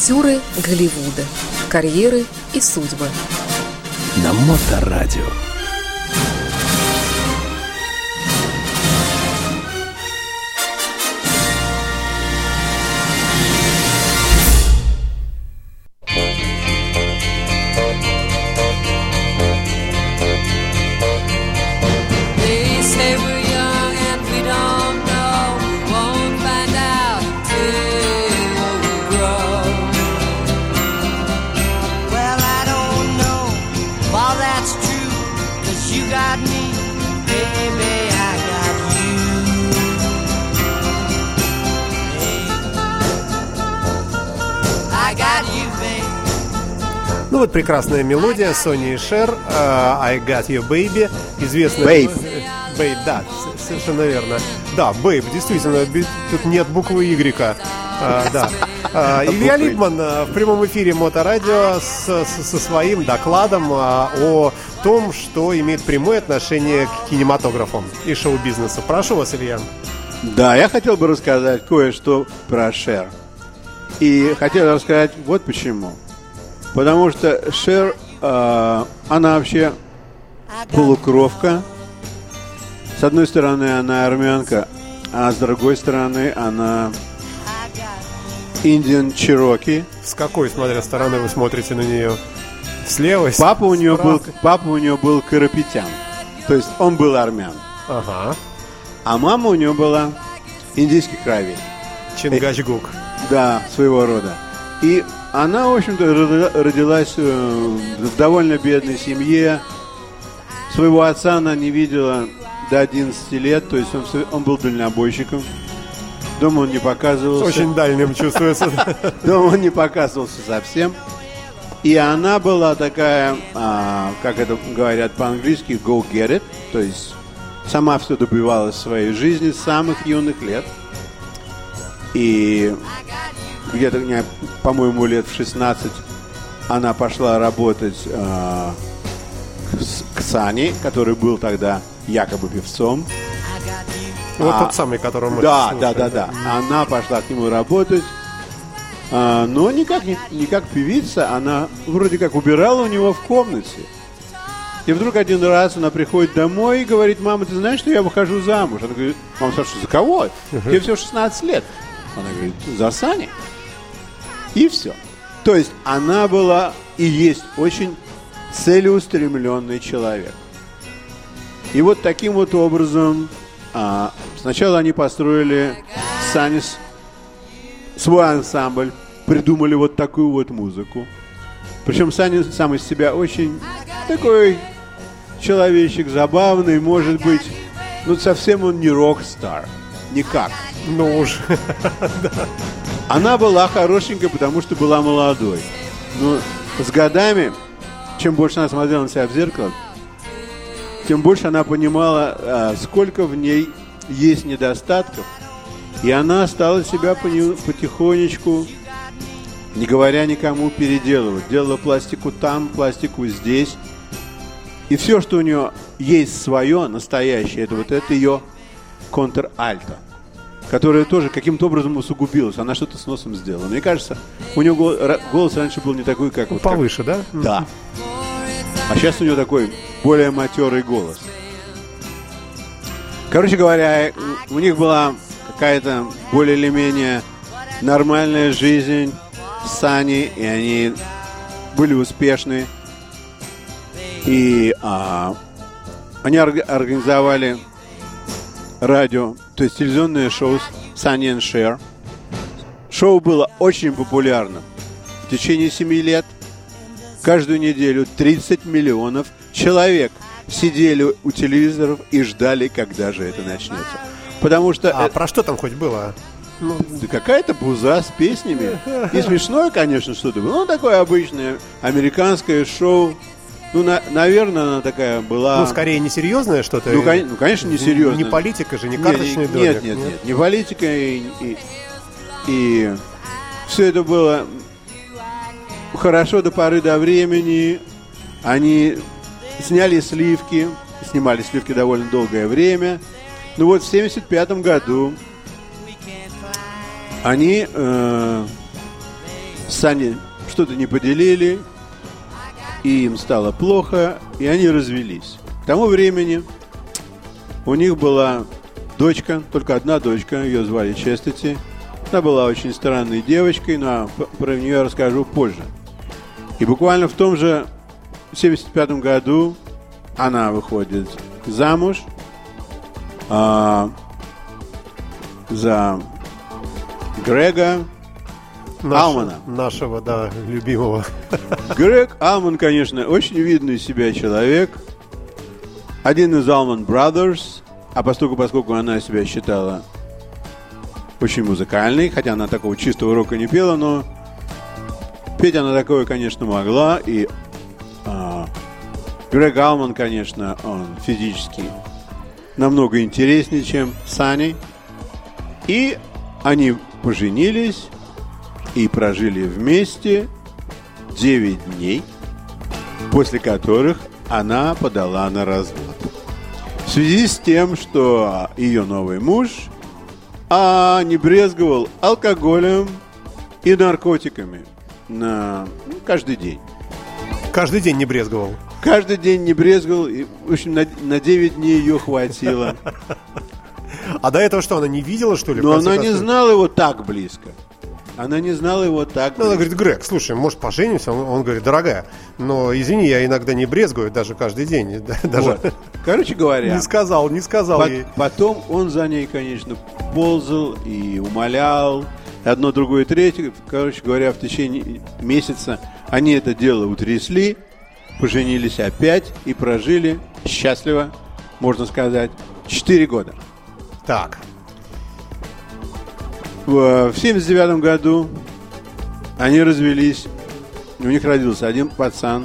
Авантюры Голливуда. Карьеры и судьбы. На Моторадио. Ну вот прекрасная мелодия Sonny и Cher, I Got You Baby, известная... Babe, да, совершенно верно. Да, Babe, действительно, тут нет буквы Y. Да. Илья Либман в прямом эфире Моторадио со своим докладом о том, что имеет прямое отношение к кинематографу и шоу-бизнесу. Прошу вас, Илья. Да, я хотел бы рассказать кое-что про Cher. И хотел рассказать вот почему. Потому что Cher, она вообще полукровка. С одной стороны, она армянка, а с другой стороны, она Indian Cherokee. С какой, смотря стороны, вы смотрите на нее? Слева? Папа у нее был карапетян. То есть он был армян. Ага. А мама у нее была индийских кровей. Чингачгук. Да, своего рода. И она, в общем-то, родилась в довольно бедной семье. Своего отца она не видела до 11 лет, то есть он был дальнобойщиком. Дома он не показывался. Очень дальним чувствуется. Дома он не показывался совсем. И она была такая, как это говорят по-английски, go get it. То есть сама все добивалась в своей жизни с самых юных лет. И где-то, по-моему, лет в 16 она пошла работать к Сане, который был тогда якобы певцом. Вот тот самый, которого мы слушали. Да. Она пошла к нему работать, но не как певица, она вроде как убирала у него в комнате. И вдруг один раз она приходит домой и говорит: мама, ты знаешь, что я выхожу замуж? Она говорит: мама, Саша, за кого? Тебе всего 16 лет. Она говорит: за Сани. И все. То есть она была и есть очень целеустремленный человек. И вот таким вот образом сначала они построили Сани свой ансамбль, придумали вот такую вот музыку. Причем Сани сам из себя очень такой человечек забавный, может быть, совсем он не рок-стар, никак. Ну уж. Она была хорошенькая, потому что была молодой. Но с годами, чем больше она смотрела на себя в зеркало, тем больше она понимала, сколько в ней есть недостатков. И она стала себя потихонечку, не говоря никому, переделывать. Делала пластику там, пластику здесь. И все, что у нее есть свое, настоящее, это ее контр-альто, которая тоже каким-то образом усугубилась. Она что-то с носом сделала. Мне кажется, у нее голос раньше был не такой, как... Повыше, да? Да. А сейчас у нее такой более матерый голос. Короче говоря, у них была какая-то более или менее нормальная жизнь с Саней, и они были успешны. И они организовали радио, то есть телевизионное шоу Sonny and Cher. Шоу было очень популярно. В течение 7 лет каждую неделю 30 миллионов человек сидели у телевизоров и ждали, когда же это начнется. Потому что... про что там хоть было? Да какая-то буза с песнями. И смешное, конечно, что-то было. Такое обычное американское шоу. Наверное, она такая была... скорее несерьезное что-то? Конечно, несерьезное. Не политика же, не карточный домик. Нет. Не политика. И все это было хорошо до поры до времени. Они снимали сливки довольно долгое время. В 1975 году они Сани что-то не поделили, и им стало плохо, и они развелись. К тому времени у них была дочка, только одна дочка, ее звали Честити. Она была очень странной девочкой, но про нее я расскажу позже. И буквально в том же 1975 году она выходит замуж за Грега Алмана. Нашего, да, любимого. Грег Алман, конечно, очень видный из себя человек. Один из Allman Brothers. А поскольку она себя считала очень музыкальной, хотя она такого чистого рока не пела, но петь она такое, конечно, могла. И Грег Алман, конечно, он физически намного интереснее, чем Сани. И они поженились и прожили вместе 9 дней, после которых она подала на развод. В связи с тем, что ее новый муж не брезговал алкоголем и наркотиками каждый день. Каждый день не брезговал. Каждый день не брезговал. И, в общем, на 9 дней ее хватило. А до этого что, она не видела, что ли? Но она не знала его так близко. Она не знала его так близко. Она говорит: Грег, слушай, может, поженимся? Он говорит: дорогая, но извини, я иногда не брезгую, даже каждый день. Даже... Вот. Короче говоря, не сказал ей. Потом он за ней, конечно, ползал и умолял. Одно, другое, третье. Короче говоря, в течение месяца они это дело утрясли, поженились опять и прожили счастливо, можно сказать, 4 года. Так. В 1979 году они развелись. У них родился один пацан.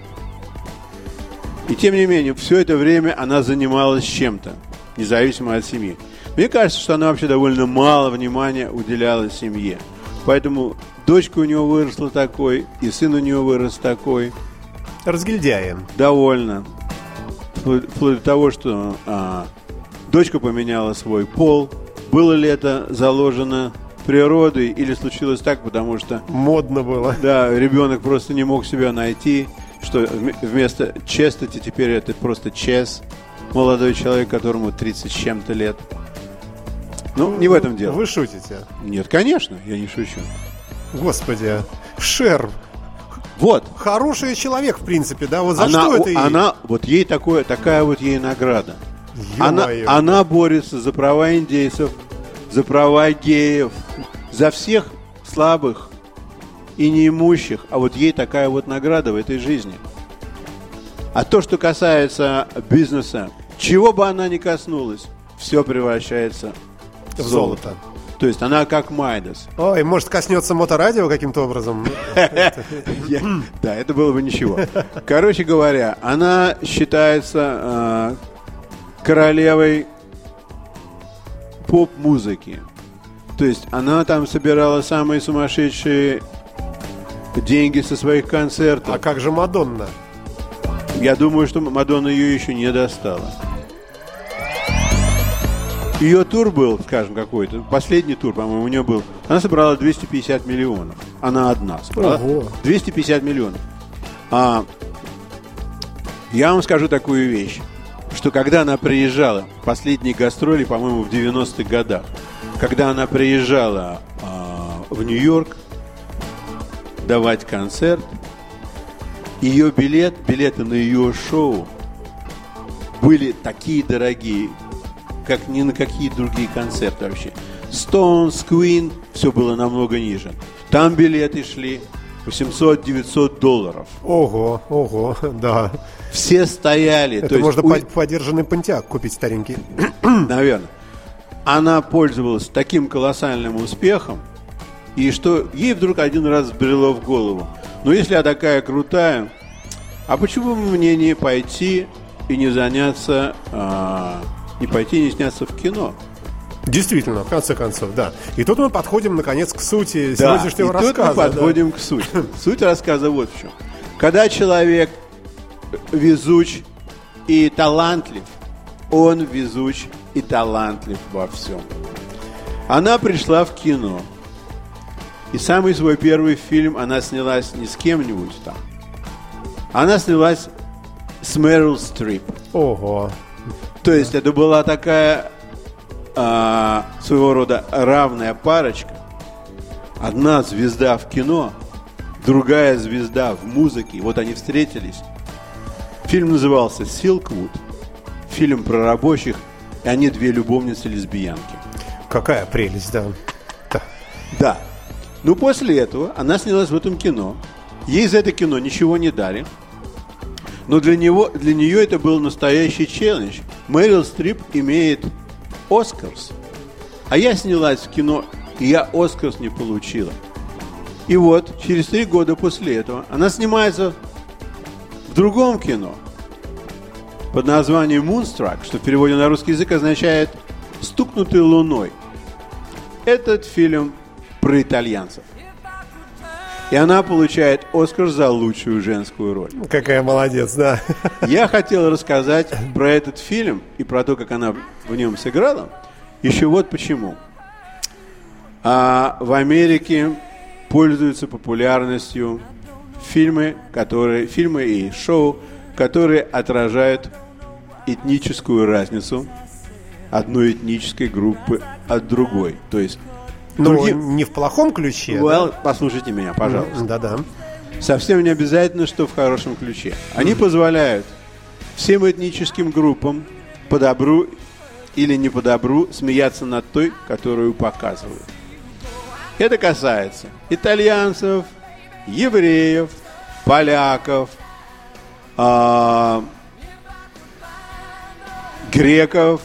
И тем не менее, все это время она занималась чем-то, независимо от семьи. Мне кажется, что она вообще довольно мало внимания уделяла семье. Поэтому дочка у него выросла такой, и сын у него вырос такой. Разгильдяем. Довольно. Вплоть до того, что дочка поменяла свой пол. Было ли это заложено природой или случилось так, потому что... Модно было. Да, ребенок просто не мог себя найти, что вместо Честити теперь это просто Чес, молодой человек, которому 30 с чем-то лет. Ну, не в этом дело. Вы шутите? Нет, конечно, я не шучу. Господи, Шер. Вот. Хороший человек, в принципе, да? Вот за что это ей? Вот ей такая вот ей награда. Она борется за права индейцев, за права геев, за всех слабых и неимущих. А вот ей такая вот награда в этой жизни. А то, что касается бизнеса, чего бы она ни коснулась, все превращается в золото. То есть она как Майдас. Ой, может, коснется моторадио каким-то образом? Да, это было бы ничего. Короче говоря, она считается королевой поп-музыки. То есть она там собирала самые сумасшедшие деньги со своих концертов. А как же Мадонна? Я думаю, что Мадонна ее еще не достала. Ее тур был, скажем, какой-то. Последний тур, по-моему, у нее был. Она собрала 250 миллионов. Она одна собрала. Ого. 250 миллионов. Я вам скажу такую вещь, что когда она приезжала, последние гастроли, по-моему, в 90-х годах, когда она приезжала в Нью-Йорк давать концерт, ее билеты на ее шоу были такие дорогие, как ни на какие другие концерты вообще. Stones, Queen, все было намного ниже. Там билеты шли $800-900. Ого, да. Все стояли. Это можно подержанный Pontiac купить старенький. Наверное. Она пользовалась таким колоссальным успехом, и что ей вдруг один раз взбрело в голову: ну, если я такая крутая, а почему бы мне не пойти и не заняться, не пойти и не сняться в кино? Действительно, в конце концов, да. И тут мы подходим, наконец, к сути сегодняшнего рассказа. Да, и тут мы подходим к сути. Суть рассказа вот в чем. Когда человек везуч и талантлив, он везуч и талантлив во всем. Она пришла в кино. И самый свой первый фильм она снялась не с кем-нибудь там. Она снялась с Мэрил Стрип. Ого. То есть это была такая своего рода равная парочка. Одна звезда в кино, другая звезда в музыке. Вот они встретились. Фильм назывался «Силквуд». Фильм про рабочих, и они две любовницы-лесбиянки. Какая прелесть, да. Да. Ну, после этого она снялась в этом кино. Ей за это кино ничего не дали. Но для нее это был настоящий челлендж. Мэрил Стрип имеет Оскарс. А я снялась в кино, и я Оскарс не получила. И вот, через 3 года после этого, она снимается в другом кино под названием «Moonstruck», что в переводе на русский язык означает «стукнутый луной». Этот фильм про итальянцев. И она получает Оскар за лучшую женскую роль. Какая молодец, да. Я хотел рассказать про этот фильм и про то, как она в нем сыграла. Еще вот почему. В Америке пользуются популярностью фильмы и шоу, которые отражают этническую разницу одной этнической группы от другой. То есть не в плохом ключе. Послушайте меня, пожалуйста. Да-да. Совсем не обязательно, что в хорошем ключе. Они позволяют всем этническим группам по добру или не по добру смеяться над той, которую показывают. Это касается итальянцев, евреев, поляков, греков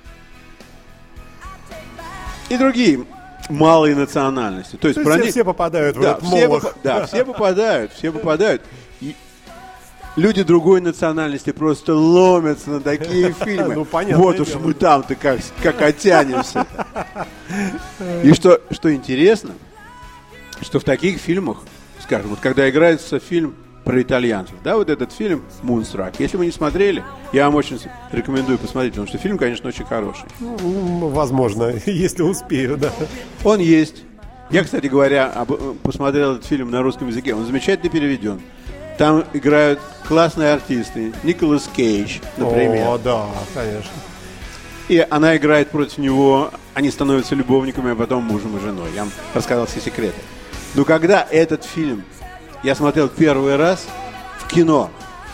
и другие малые национальности. То есть все попадают в этот молох. Все попадают. И люди другой национальности просто ломятся на такие фильмы. Вот уж мы там-то как оттянемся. И что интересно, что в таких фильмах, скажем, вот когда играется фильм про итальянцев, да, вот этот фильм «Moonstruck», если вы не смотрели, я вам очень рекомендую посмотреть, потому что фильм, конечно, очень хороший. Возможно, если успею, да. Он есть. Я, кстати говоря, посмотрел этот фильм на русском языке, он замечательно переведен. Там играют классные артисты. Николас Кейдж, например. О, да, конечно. И она играет против него, они становятся любовниками, а потом мужем и женой. Я вам рассказал все секреты. Но когда этот фильм я смотрел первый раз в кино,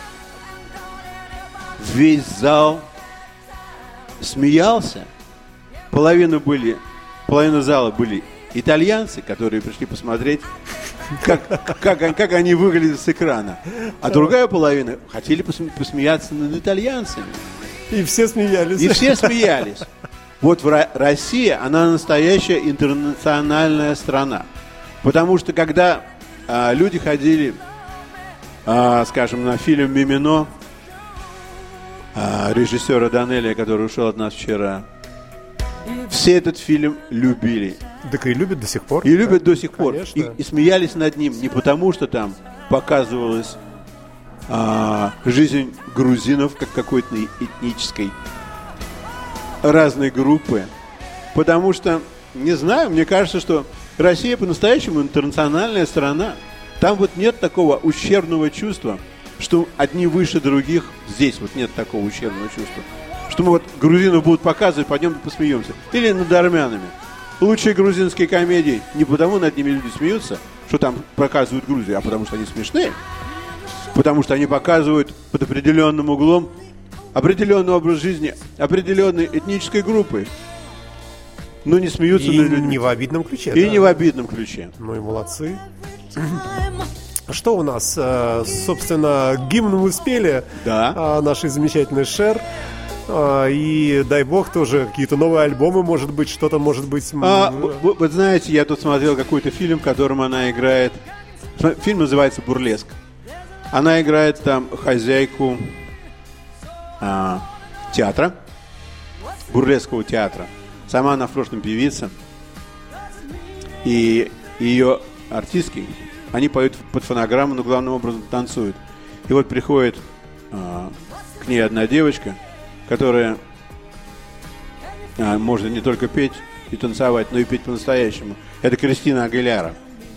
весь зал смеялся. Половина зала были итальянцы, которые пришли посмотреть, как они выглядят с экрана. А другая половина хотели посмеяться над итальянцами. И все смеялись. Вот Россия, она настоящая интернациональная страна. Потому что когда люди ходили, скажем, на фильм «Мимино» режиссера Данелия, который ушел от нас вчера, все этот фильм любили. Так и любят до сих пор. И любят до сих пор. Конечно. И смеялись над ним не потому, что там показывалась жизнь грузинов, как какой-то этнической разной группы. Потому что, не знаю, мне кажется, что Россия по-настоящему интернациональная страна. Там вот нет такого ущербного чувства, что одни выше других. Здесь вот нет такого ущербного чувства. Что мы вот грузинов будут показывать, пойдем посмеемся. Или над армянами. Лучшие грузинские комедии не потому над ними люди смеются, что там показывают Грузию, а потому что они смешные. Потому что они показывают под определенным углом определенный образ жизни определенной этнической группы. Но не смеются над людьми. Не в обидном ключе. И не в обидном ключе. Ну и молодцы. Что у нас? Собственно, гимн мы спели. Да. Нашей замечательной Шер. И дай бог тоже какие-то новые альбомы, может быть, что-то может быть. Вы знаете, я тут смотрел какой-то фильм, в котором она играет. Фильм называется «Бурлеск». Она играет там хозяйку театра, бурлесского театра. Сама она в прошлом певица. И ее артистки, они поют под фонограмму, но главным образом танцуют. И вот приходит к ней одна девочка, которая может не только петь и танцевать, но и петь по-настоящему. Это Кристина Агиляра.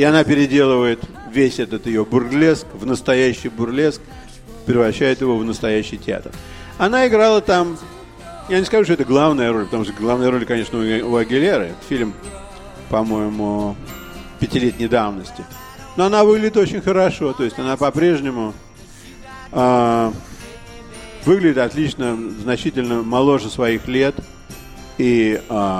И она переделывает весь этот ее бурлеск в настоящий бурлеск, превращает его в настоящий театр. Она играла там, я не скажу, что это главная роль, потому что главная роль, конечно, у Агилеры. Это фильм, по-моему, 5-летней давности. Но она выглядит очень хорошо, то есть она по-прежнему выглядит отлично, значительно моложе своих лет. И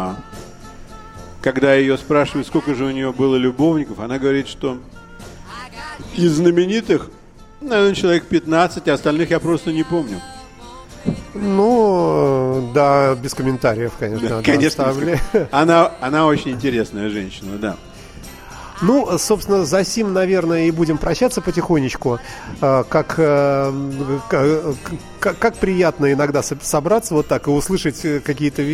когда ее спрашивают, сколько же у нее было любовников, она говорит, что из знаменитых, наверное, человек 15, а остальных я просто не помню. Ну, да, без комментариев, конечно. Да, конечно. Она очень интересная женщина, да. Ну, собственно, за сим, наверное, и будем прощаться потихонечку. Как приятно иногда собраться вот так и услышать какие-то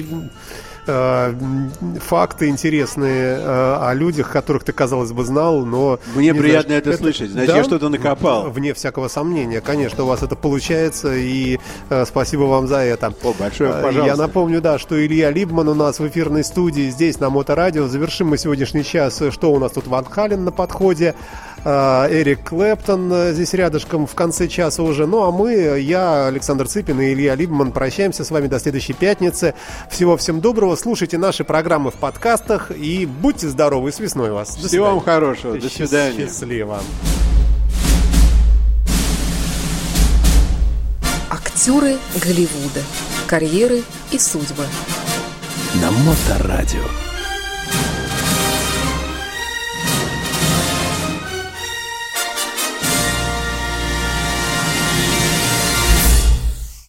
факты интересные о людях, которых ты, казалось бы, знал, но... Мне приятно это слышать, значит, да? Я что-то накопал. Вне всякого сомнения, конечно, у вас это получается, и спасибо вам за это. Большое, пожалуйста. Я напомню, да, что Илья Либман у нас в эфирной студии здесь, на Моторадио. Завершим мы сегодняшний час. Что у нас тут? Ван Хален на подходе, Эрик Клэптон здесь рядышком в конце часа уже. Ну, а мы, я, Александр Цыпин и Илья Либман, прощаемся с вами до следующей пятницы. Всего всем доброго. Слушайте наши программы в подкастах и будьте здоровы. С весной вас. Всего вам хорошего. До свидания. Счастливо. Актеры Голливуда. Карьеры и судьбы. На Моторадио.